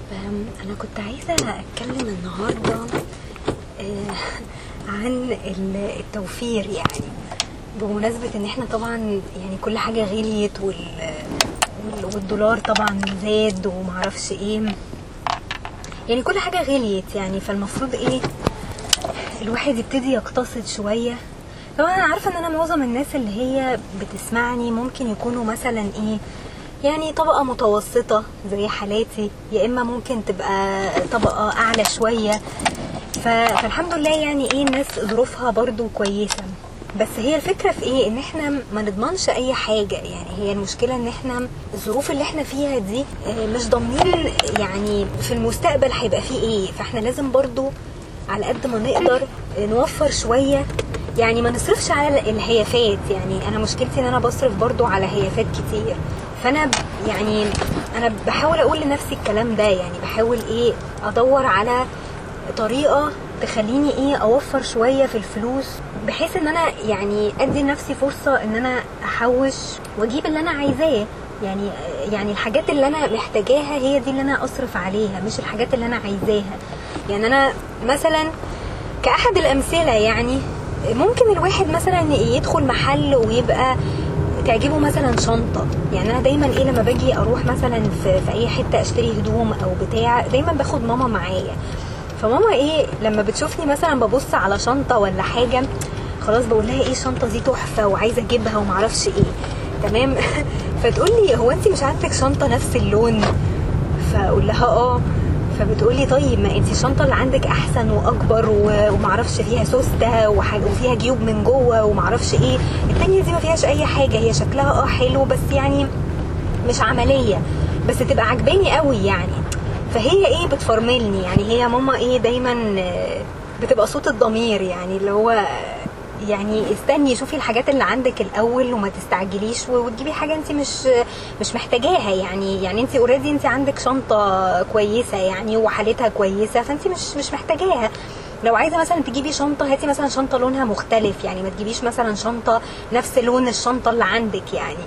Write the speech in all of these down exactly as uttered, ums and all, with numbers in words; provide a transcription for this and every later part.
أنا كنت عايزة أتكلم النهاردة آه عن التوفير، يعني بمناسبة إن إحنا طبعا يعني كل حاجة غليت والدولار طبعا زاد ومعرفش إيه، يعني كل حاجة غليت، يعني فالمفروض إيه الواحد يبتدي يقتصد شوية. طبعا أنا عارفة إن أنا معظم الناس اللي هي بتسمعني ممكن يكونوا مثلا إيه يعني طبقة متوسطة زي حالاتي، يا إما ممكن تبقى طبقة أعلى شوية. فالحمد لله يعني إيه الناس ظروفها برضو كويسة، بس هي الفكرة في إيه إن إحنا ما نضمنش أي حاجة. يعني هي المشكلة إن إحنا الظروف اللي إحنا فيها دي مش ضامنين يعني في المستقبل هيبقى فيه إيه، فإحنا لازم برضو على قد ما نقدر نوفر شوية، يعني ما نصرفش على الهيافات. يعني أنا مشكلتي إن أنا بصرف برضو على هيافات كتير، فانا يعني انا بحاول اقول لنفسي الكلام ده، يعني بحاول ايه ادور على طريقه تخليني ايه اوفر شويه في الفلوس، بحيث ان انا يعني ادي لنفسي فرصه ان انا احوش واجيب اللي انا عايزاه. يعني يعني الحاجات اللي انا محتاجاها هي دي اللي انا اصرف عليها، مش الحاجات اللي انا عايزاها. يعني انا مثلا كاحد الامثله، يعني ممكن الواحد مثلا يدخل محل ويبقى تعجبه مثلا شنطة. يعني انا دايما ايه لما باجي اروح مثلا في, في اي حتة اشتري هدوم او بتاع، دايما باخد ماما معايا. فماما ايه لما بتشوفني مثلا ببص على شنطة ولا حاجة، خلاص بقول لها ايه الشنطة دي تحفة وعايزة اجيبها ومعرفش ايه، تمام. فتقول لي هو انت مش عندك شنطة نفس اللون؟ فاقول لها اه. فبتقولي طيب ما انتي الشنطه اللي عندك احسن واكبر ومعرفش فيها سوسته وفيها جيوب من جوه ومعرفش ايه، التانية دي ما فيهاش اي حاجه، هي شكلها اه حلو بس يعني مش عمليه، بس تبقى عجباني قوي يعني. فهي ايه بتفرملني، يعني هي ماما ايه دايما بتبقى صوت الضمير، يعني اللي هو يعني استني شوفي الحاجات اللي عندك الاول وما تستعجليش وتجيبي حاجه انت مش مش محتاجاها. يعني يعني انت اوريدي انت عندك شنطه كويسه يعني وحالتها كويسه، فانت مش مش محتاجاها. لو عايزه مثلا تجيبي شنطه هاتي مثلا شنطه لونها مختلف، يعني ما تجيبيش مثلا شنطه نفس لون الشنطه اللي عندك. يعني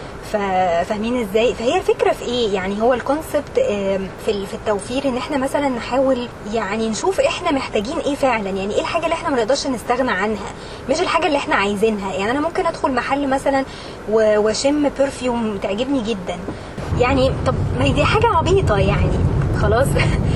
فاهمين ازاي؟ فهي الفكره في ايه، يعني هو الكونسبت في في التوفير ان احنا مثلا نحاول يعني نشوف احنا محتاجين ايه فعلا، يعني ايه الحاجه اللي احنا ما نقدرش نستغنى عنها، مش الحاجه اللي احنا عايزينها. يعني انا ممكن ادخل محل مثلا واشم برفيوم تعجبني جدا، يعني طب ما دي حاجه عبيطه يعني خلاص.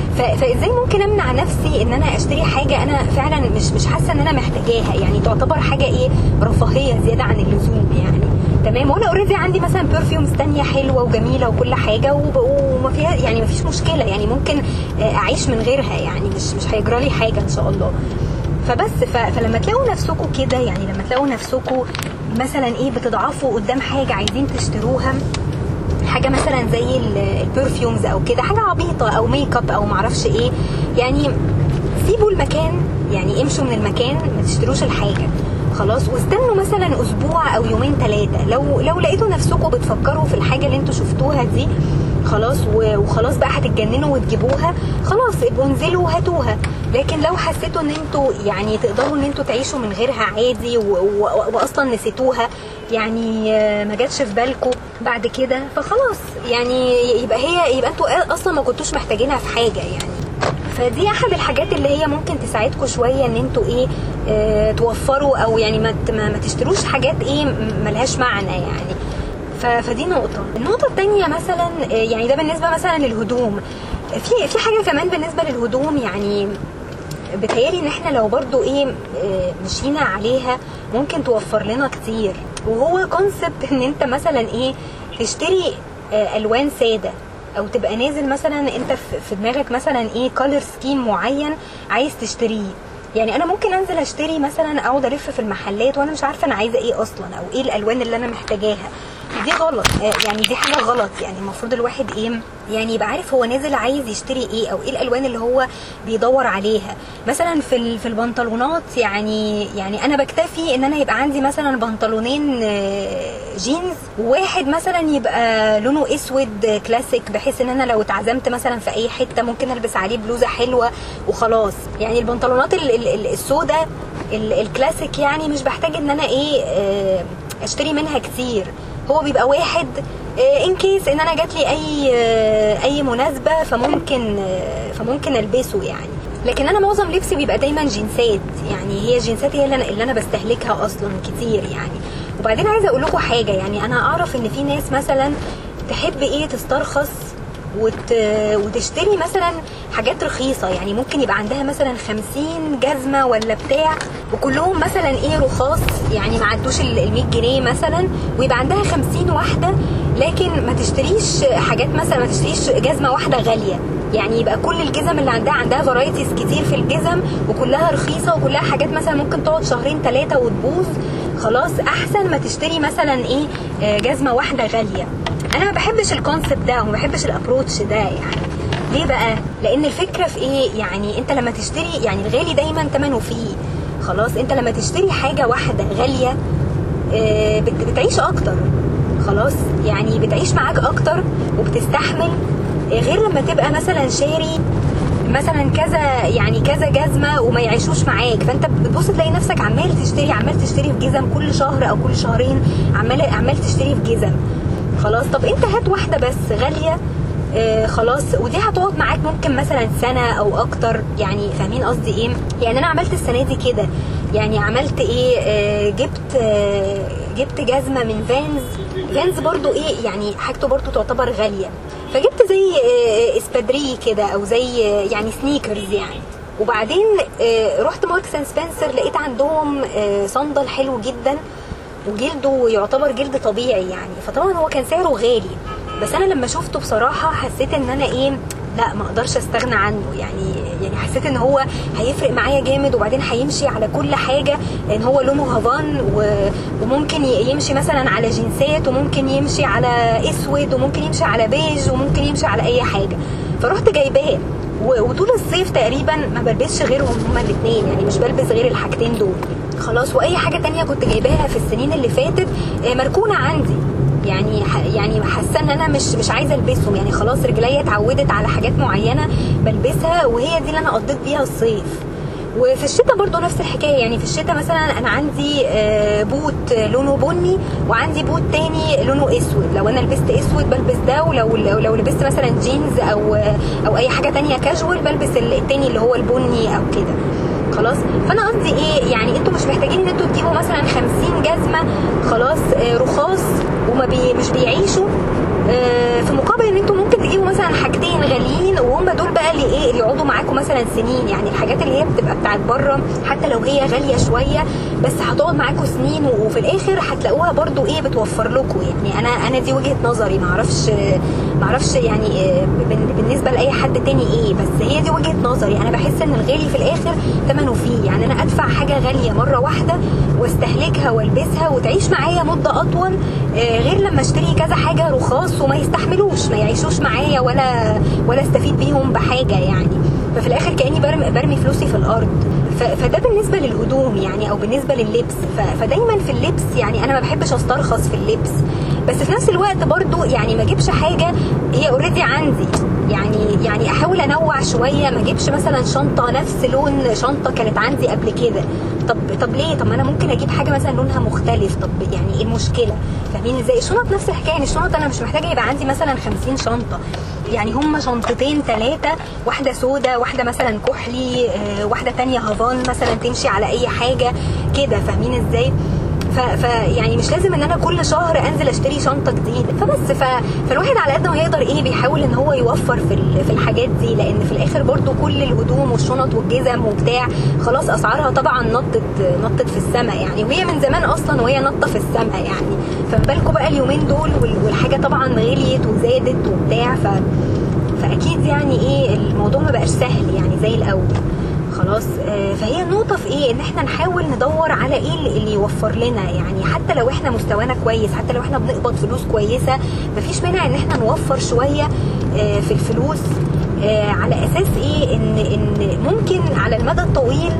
فازاي ممكن امنع نفسي ان انا اشتري حاجه انا فعلا مش مش حاسه ان انا محتاجاها، يعني تعتبر حاجه ايه رفاهيه زياده عن اللزوم يعني، تمام. وانا اوريدي عندي مثلا برفيومز تانية حلوه وجميله وكل حاجه وما فيها يعني ما فيش مشكله، يعني ممكن اعيش من غيرها، يعني مش مش هيجرى لي حاجه ان شاء الله. فبس فلما تلاقوا نفسكم كده، يعني لما تلاقوا نفسكم مثلا ايه بتضعفوا قدام حاجه عايزين تشتروها، حاجه مثلا زي البرفيومز او كده، حاجه عبيطه او ميك اب او معرفش ايه، يعني سيبوا المكان، يعني امشوا من المكان ما تشتروش الحاجه خلاص، واستنوا مثلا اسبوع او يومين ثلاثه. لو لو لقيتوا نفسكم بتفكروا في الحاجه اللي انتوا شفتوها دي خلاص وخلاص بقى هتتجننوا وتجيبوها، خلاص ابقوا انزلوا وهاتوها. لكن لو حسيتوا ان انتوا يعني تقدروا ان انتوا تعيشوا من غيرها عادي واصلا نسيتوها، يعني ما جاتش في بالكم بعد كده، فخلاص يعني يبقى هي يبقى انتوا اصلا ما كنتوش محتاجينها في حاجه. يعني فدي احد الحاجات اللي هي ممكن تساعدكم شويه ان انتوا ايه اه توفروا، او يعني ما ما تشتروش حاجات ايه ملهاش معنى يعني. فدي نقطه. النقطه الثانيه مثلا يعني ده بالنسبه مثلا للهدوم، في في حاجه كمان بالنسبه للهدوم، يعني بتهيالي ان احنا لو برضو ايه مشينا عليها ممكن توفر لنا كتير، وهو كونسبت ان انت مثلا ايه تشتري الوان ساده، او تبقى نازل مثلا انت في دماغك مثلا ايه كولر سكيم معين عايز تشتريه. يعني انا ممكن انزل اشتري مثلا اقعد الف في المحلات وانا مش عارفه انا عايزه ايه اصلا، او ايه الالوان اللي انا محتاجاها. دي غلط، يعني دي حاجه غلط. يعني المفروض الواحد ايه يعني يبقى عارف هو نازل عايز يشتري ايه، او ايه الالوان اللي هو بيدور عليها. مثلا في في البنطلونات، يعني يعني انا بكتفي ان انا يبقى عندي مثلا بنطلونين جينز، وواحد مثلا يبقى لونه اسود كلاسيك، بحيث ان انا لو اتعزمت مثلا في اي حته ممكن البس عليه بلوزه حلوه وخلاص. يعني البنطلونات السوداء الكلاسيك يعني مش بحتاج ان انا ايه اشتري منها كتير، هو بيبقى واحد ان كيس ان انا جات لي اي اي مناسبه فممكن فممكن البسه يعني. لكن انا معظم لبسي بيبقى دايما جينسات، يعني هي جينسات هي اللي انا, اللي أنا بستهلكها اصلا كتير يعني. وبعدين عايزه اقول لكم حاجه، يعني انا اعرف ان في ناس مثلا تحب ايه تسترخص وت... وتشتري مثلا حاجات رخيصه، يعني ممكن يبقى عندها مثلا خمسين جزمه ولا بتاع وكلهم مثلا ايه رخاص، يعني ما عدوش ال مية جنيه مثلا، ويبقى عندها خمسين واحده، لكن ما تشتريش حاجات مثلا، ما تشتريش جزمه واحده غاليه، يعني يبقى كل الجزم اللي عندها عندها فرايتيز كتير في الجزم وكلها رخيصه وكلها حاجات مثلا ممكن تقعد شهرين ثلاثه وتبوظ. خلاص احسن ما تشتري مثلا ايه جزمه واحده غاليه. انا ما بحبش الكونسبت ده وما بحبش الابروتش ده يعني. ليه بقى؟ لان الفكره في ايه، يعني انت لما تشتري، يعني الغالي دايما ثمنه فيه. خلاص انت لما تشتري حاجه واحده غاليه بتعيش اكتر، خلاص يعني بتعيش معاك اكتر وبتستحمل، غير لما تبقى مثلا شاري مثلا كذا يعني كذا جزمه وما يعيشوش معاك، فانت بتبص تلاقي نفسك عمال تشتري عمال تشتري في جزم كل شهر او كل شهرين، عمال عمال تشتري في جزم. خلاص طب انت هات واحده بس غاليه آه خلاص، ودي هتقعد معاك ممكن مثلا سنه او اكتر، يعني فاهمين قصدي ايه؟ يعني انا عملت السنه دي كده، يعني عملت ايه، آه جبت آه جبت جزمه من فانز. فانز برضو ايه يعني حاجته برضو تعتبر غاليه، فجبت زي آه اسبادري كده او زي آه يعني سنيكرز يعني. وبعدين آه رحت ماركس اند سبنسر، لقيت عندهم آه صندل حلو جدا وجلده يعتبر جلد طبيعي يعني، فطبعا هو كان سعره غالي، بس انا لما شفته بصراحه حسيت ان انا ايه، لا ما اقدرش استغنى عنه يعني. يعني حسيت ان هو هيفرق معايا جامد، وبعدين هيمشي على كل حاجه، ان هو لونه هافان وممكن يمشي مثلا على جينسات، وممكن يمشي على اسود، وممكن يمشي على بيج، وممكن يمشي على اي حاجه. فرحت جايباه، وطول الصيف تقريبا ما بلبسش غيرهم هما الاثنين، يعني مش بلبس غير الحاجتين دول خلاص. واي حاجه تانية كنت جايباها في السنين اللي فاتت مركونه عندي، يعني يعني حاسه ان انا مش مش عايزه البسهم، يعني خلاص رجليا اتعودت على حاجات معينه بلبسها وهي دي اللي انا قضيت بيها الصيف. وفي الشتاء برضو نفس الحكايه، يعني في الشتاء مثلا انا عندي بوت لونه بني وعندي بوت تاني لونه اسود، لو انا لبست اسود بلبس ده، ولو لو لبست مثلا جينز او او اي حاجه تانية كاجوال بلبس التاني اللي هو البني او كده. خلاص فانا قصدي ايه، يعني انتوا مش محتاجين ان انتوا تجيبوا مثلا خمسين جزمه خلاص رخاص وما بي مش بيعيشوا، في مقابل ان انتوا ممكن تجيبوا مثلا حاجتين غاليين وهم دول بقى اللي ايه اللي يقعدوا معاكم مثلا سنين. يعني الحاجات اللي هي بتبقى بتاعت بره حتى لو هي غاليه شويه بس هتقعد معاكم سنين، وفي الاخر هتلاقوها برضو ايه بتوفر لكم. يعني انا انا دي وجهه نظري، ما اعرفش ما اعرفش يعني بالنسبه لاي حد تاني ايه، بس هي دي وجهه نظري. انا بحس ان الغالي في الاخر ثمنه فيه، يعني انا ادفع حاجه غاليه مره واحده واستهلكها والبسها وتعيش معايا مده اطول، غير لما اشتري كذا حاجه رخاص وما يستحملوش ما يعيشوش معايا ولا ولا استفيد بيهم بحاجه يعني. ففي الاخر كاني برمي, برمي فلوسي في الارض. فده بالنسبه للهدوم يعني او بالنسبه لللبس. فدايما في اللبس يعني انا ما بحبش استرخص في اللبس، بس في نفس الوقت برضو يعني ما اجيبش حاجه هي اوريدي عندي، يعني يعني احاول انوع شويه، ما اجيبش مثلا شنطه نفس لون شنطه كانت عندي قبل كده. طب طب ليه؟ طب ما انا ممكن اجيب حاجه مثلا لونها مختلف، طب يعني ايه المشكله؟ فاهمين ازاي؟ الشنط نفس الحكايه، يعني الشنط انا مش محتاجه يبقى عندي مثلا خمسين شنطه، يعني هم شنطتين ثلاثه، واحده سودا، واحده مثلا كحلي، آه واحده تانية هافان مثلا تمشي على اي حاجه كده. فاهمين ازاي؟ ف يعني مش لازم ان انا كل شهر انزل اشتري شنطه جديده. فبس ف... فالواحد على قد ما يقدر ايه بيحاول ان هو يوفر في ال... في الحاجات دي، لان في الاخر برضو كل الهدوم والشنط والجزم وبتاع خلاص اسعارها طبعا نطت نطت في السماء يعني، وهي من زمان اصلا وهي نطه في السماء يعني. فما بالكم بقى اليومين دول والحاجه طبعا غليت وزادت وبتاع. ف... فاكيد يعني ايه الموضوع ما بقاش سهل يعني زي الاول خلاص. فهي النقطه في ايه، ان احنا نحاول ندور على ايه اللي يوفر لنا، يعني حتى لو احنا مستوانا كويس، حتى لو احنا بنقبض فلوس كويسه، مفيش مانع ان احنا نوفر شويه في الفلوس، على اساس ايه ان ان ممكن على المدى الطويل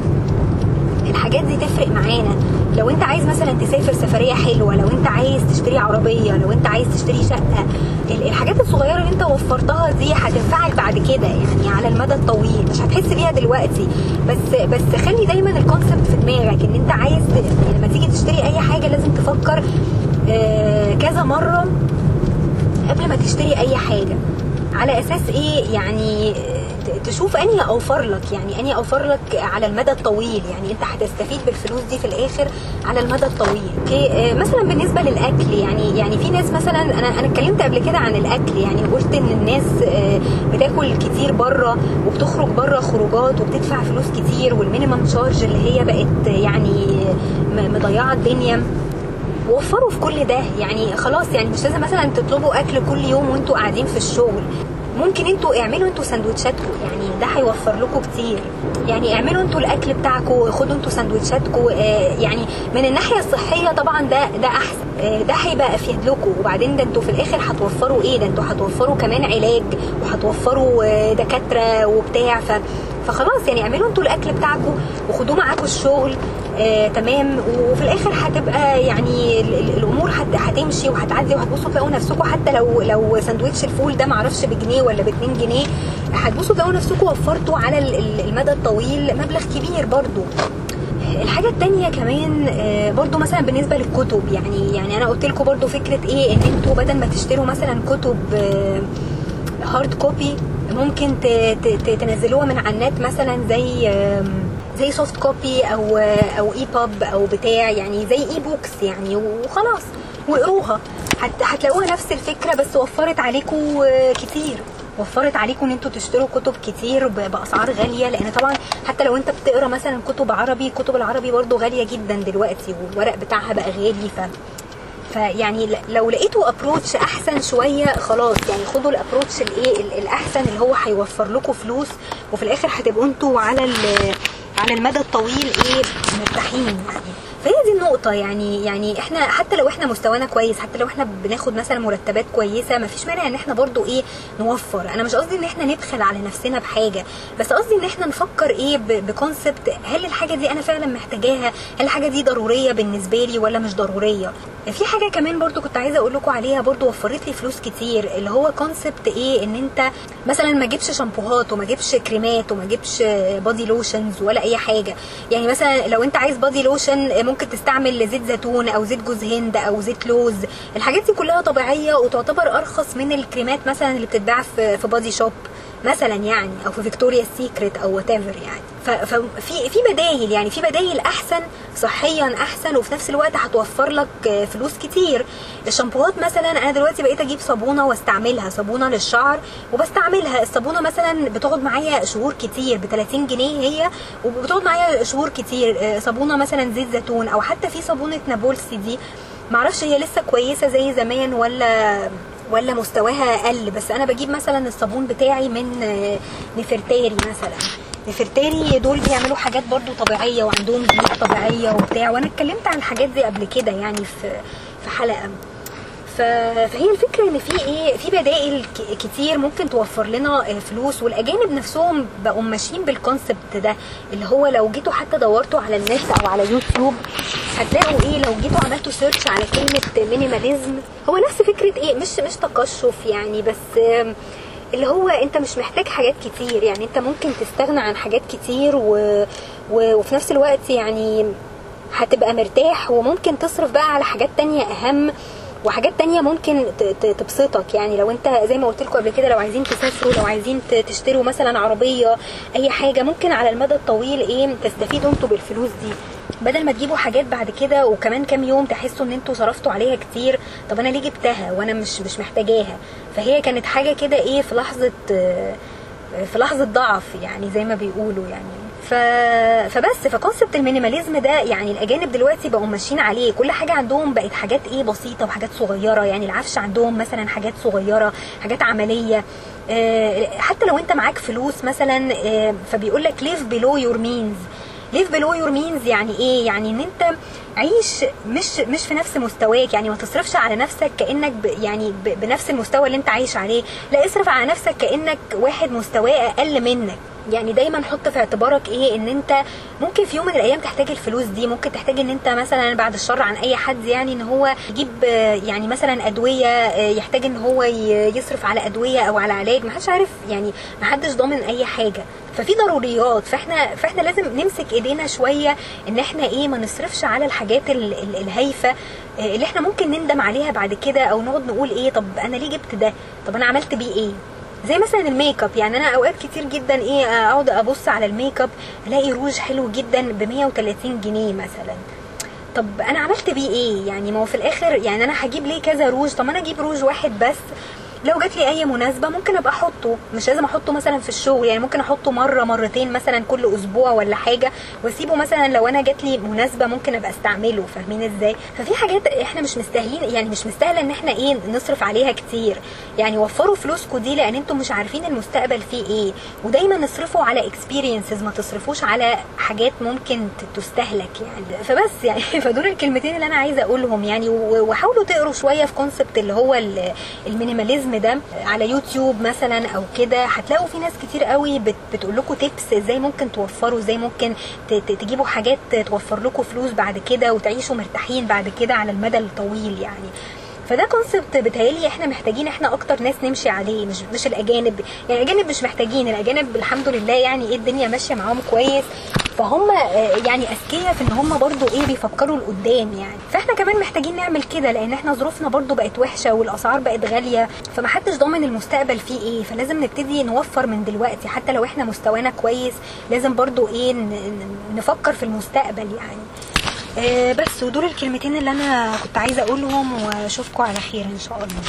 الحاجات دي تفرق معانا. لو انت عايز مثلا تسافر سفريه حلوه، لو انت عايز تشتري عربيه، لو انت عايز تشتري شقه، الحاجات الصغيره اللي انت وفرتها دي هتنفعك بعد كده يعني على المدى الطويل، مش هتحس بيها دلوقتي. بس بس خلي دايما الكونسبت في دماغك ان انت عايز لما تيجي تشتري اي حاجه لازم تفكر آه كذا مره قبل ما تشتري اي حاجه، على اساس ايه؟ يعني تشوف اني اوفر لك، يعني اني اوفر لك على المدى الطويل، يعني انت هتستفيد بالفلوس دي في الاخر على المدى الطويل. اوكي، مثلا بالنسبه للاكل، يعني يعني في ناس مثلا، انا انا اتكلمت قبل كده عن الاكل، يعني قلت ان الناس بتاكل كتير بره وبتخرج بره خروجات وبتدفع فلوس كتير، والمينيمم تشارج اللي هي بقت يعني مضيعه الدنيا. وفروا في كل ده، يعني خلاص، يعني مش لازم مثلا تطلبوا اكل كل يوم وانتوا قاعدين في الشغل، ممكن انتوا اعملوا انتوا سندوتشاتكم، يعني ده هيوفر لكم كتير. يعني اعملوا انتوا الاكل بتاعكم، خدوا انتوا سندوتشاتكم، آه يعني من الناحيه الصحيه طبعا ده ده احسن، آه ده هيبقى افيد لكم. وبعدين ده انتوا في الاخر هتوفروا ايه؟ ده انتوا هتوفروا كمان علاج، وهتوفروا آه دكاتره وبتاع. ف فخلاص يعني اعملوا انتوا الاكل بتاعكم وخدوه معاكم الشغل، آه، تمام. وفي الاخر هتبقى يعني الامور هتمشي وهتعدي، وهتبصوا تلاقوا نفسكم حتى لو لو ساندوتش الفول ده معرفش بجنيه ولا باتنين جنيه، هتبصوا تلاقوا نفسكم وفرتوا على المدى الطويل مبلغ كبير برضو. الحاجة التانية كمان برضو مثلا بالنسبة للكتب، يعني يعني انا قلت لكم برضو فكرة ايه، ان انتوا بدل ما تشتروا مثلا كتب هارد كوبي، ممكن تنزلوها من على النت مثلا زي زي سوفت كوبي او او اي باب او بتاع، يعني زي اي بوكس يعني، وخلاص واقروها. هتلاقوها نفس الفكرة، بس وفرت عليكم كتير، وفرت عليكم ان انتوا تشتروا كتب كتير باسعار غاليه. لان طبعا حتى لو انت بتقرا مثلا كتب عربي، كتب العربي برضو غاليه جدا دلوقتي، والورق بتاعها بقى غالي. ف فيعني لو لقيتوا ابروتش احسن شويه، خلاص يعني خدوا الابروتش الايه الاحسن اللي هو هيوفر لكم فلوس، وفي الاخر هتبقوا انتوا على على المدى الطويل ايه مرتاحين يعني. فهي دي النقطة، يعني يعني احنا حتى لو احنا مستوانا كويس، حتى لو احنا بناخد مثلا مرتبات كويسة، ما فيش مانع ان احنا برضو ايه نوفر. انا مش قصدي ان احنا نبخل على نفسنا بحاجة، بس قصدي ان احنا نفكر ايه بكونسبت، هل الحاجة دي انا فعلا محتاجاها؟ هل الحاجة دي ضرورية بالنسبة لي ولا مش ضرورية؟ في حاجة كمان برضو كنت عايزة اقول لكم عليها، برضو وفرت لي فلوس كتير، اللي هو كونسبت ايه، ان انت مثلا ما جيبش شامبوهات وما جيبش كريمات وما جيبش بادي لوشنز ولا اي حاجة. يعني مثلا لو انت عايز بادي لوشن، ممكن تستعمل زيت زيتون او زيت جوز هند او زيت لوز. الحاجات دي كلها طبيعيه وتعتبر ارخص من الكريمات مثلا اللي بتتباع في في بادي شوب مثلا، يعني او في فيكتوريا سيكريت او وات ايفر يعني. ففي في بدايل، يعني في بدايل احسن صحيا احسن، وفي نفس الوقت هتوفر لك فلوس كتير. الشامبوهات مثلا، انا دلوقتي بقيت اجيب صابونه واستعملها، صابونه للشعر وبستعملها. الصابونه مثلا بتقعد معايا شهور كتير ب ثلاثين جنيه هي، وبتقعد معايا شهور كتير. صابونه مثلا زيت زيتون، او حتى في صابونه نابلسي دي، معرفش هي لسه كويسه زي زمان ولا ولا مستواها قل، بس انا بجيب مثلا الصابون بتاعي من نفرتاري مثلا. نفرتاري دول بيعملوا حاجات برضو طبيعيه، وعندهم زيوت طبيعيه وبتاع، وانا اتكلمت عن الحاجات دي قبل كده يعني في في حلقه. فهي الفكره ان في ايه، في بدائل كتير ممكن توفر لنا فلوس. والاجانب نفسهم بقوا ماشيين بالكونسبت ده، اللي هو لو جيتوا حتى دورتوا على النت او على يوتيوب، هتلاقوا ايه، لو جيتوا عملتوا سيرش على كلمه مينيماليزم، هو نفس فكره ايه، مش مش تقشف يعني، بس اللي هو انت مش محتاج حاجات كتير، يعني انت ممكن تستغنى عن حاجات كتير و... و... وفي نفس الوقت يعني هتبقى مرتاح، وممكن تصرف بقى على حاجات تانية اهم، وحاجات تانية ممكن تبسطك. يعني لو انت زي ما قلت لكم قبل كده، لو عايزين تسافروا، لو عايزين تشتروا مثلا عربية، اي حاجة، ممكن على المدى الطويل ايه تستفيدوا انتوا بالفلوس دي، بدل ما تجيبوا حاجات بعد كده وكمان كام يوم تحسوا ان انتوا صرفتوا عليها كتير. طب انا ليه جبتها وانا مش مش محتاجاها؟ فهي كانت حاجة كده ايه في لحظة في لحظة ضعف يعني، زي ما بيقولوا يعني. ف... فبس فكونسبت المينيماليزم ده، يعني الاجانب دلوقتي بقوا ماشيين عليه. كل حاجه عندهم بقت حاجات ايه بسيطه وحاجات صغيره، يعني العفش عندهم مثلا حاجات صغيره، حاجات عمليه. أه حتى لو انت معاك فلوس مثلا، أه فبيقول لك live below your means. live below your means يعني ايه؟ يعني ان انت عيش مش مش في نفس مستواك، يعني ما تصرفش على نفسك كانك ب يعني ب بنفس المستوى اللي انت عايش عليه، لا اصرف على نفسك كانك واحد مستواه اقل منك. يعني دايما حط في اعتبارك ايه ان انت ممكن في يوم من الايام تحتاج الفلوس دي، ممكن تحتاج ان انت مثلا بعد الشر عن اي حد يعني ان هو يجيب يعني مثلا ادويه، يحتاج ان هو يصرف على ادويه او على علاج، محدش عارف يعني، محدش ضامن اي حاجه، ففي ضروريات. فاحنا فاحنا لازم نمسك ايدينا شويه ان احنا ايه ما نصرفش على الحاجات الهايفه اللي احنا ممكن نندم عليها بعد كده، او نقعد نقول ايه طب انا ليه جبت ده، طب انا عملت بيه ايه. زي مثلا الميك اب، يعني انا اوقات كتير جدا ايه اقعد ابص على الميك اب الاقي روج حلو جدا ب مية وتلاتين جنيه مثلا، طب انا عملت بيه ايه يعني؟ ما هو في الاخر يعني انا هجيب ليه كذا روج؟ طب انا اجيب روج واحد بس، لو جات لي اي مناسبه ممكن ابقى احطه، مش لازم احطه مثلا في الشغل، يعني ممكن احطه مره مرتين مثلا كل اسبوع ولا حاجه، واسيبه مثلا لو انا جات لي مناسبه ممكن ابقى استعمله. فاهمين ازاي؟ ففي حاجات احنا مش مستاهلين، يعني مش مستاهله ان احنا ايه نصرف عليها كتير. يعني وفروا فلوسكم دي لان انتم مش عارفين المستقبل فيه ايه، ودايما اصرفوا على اكسبيرينسز، ما تصرفوش على حاجات ممكن تستهلك يعني. فبس يعني فدول الكلمتين اللي انا عايزه اقولهم يعني. وحاولوا تقروا شويه في كونسبت اللي هو المينيماليزم ده على يوتيوب مثلا او كده، هتلاقوا في ناس كتير قوي بتقول لكم تيبس ازاي ممكن توفروا، ازاي ممكن تجيبوا حاجات توفر لكم فلوس بعد كده وتعيشوا مرتاحين بعد كده على المدى الطويل يعني. فده كونسبت بتهيألي احنا محتاجين احنا اكتر ناس نمشي عليه، مش مش الاجانب. يعني الاجانب مش محتاجين، الاجانب الحمد لله يعني ايه الدنيا ماشيه معاهم كويس، فهم يعني اذكياء في ان هم برضو ايه بيفكروا لقدام يعني. فاحنا كمان محتاجين نعمل كده لان احنا ظروفنا برضو بقت وحشه والاسعار بقت غاليه، فمحدش ضامن المستقبل فيه ايه، فلازم نبتدي نوفر من دلوقتي. حتى لو احنا مستوانا كويس لازم برضو ايه نفكر في المستقبل يعني. آه بس ودول الكلمتين اللي انا كنت عايزه اقولهم، واشوفكم على خير ان شاء الله.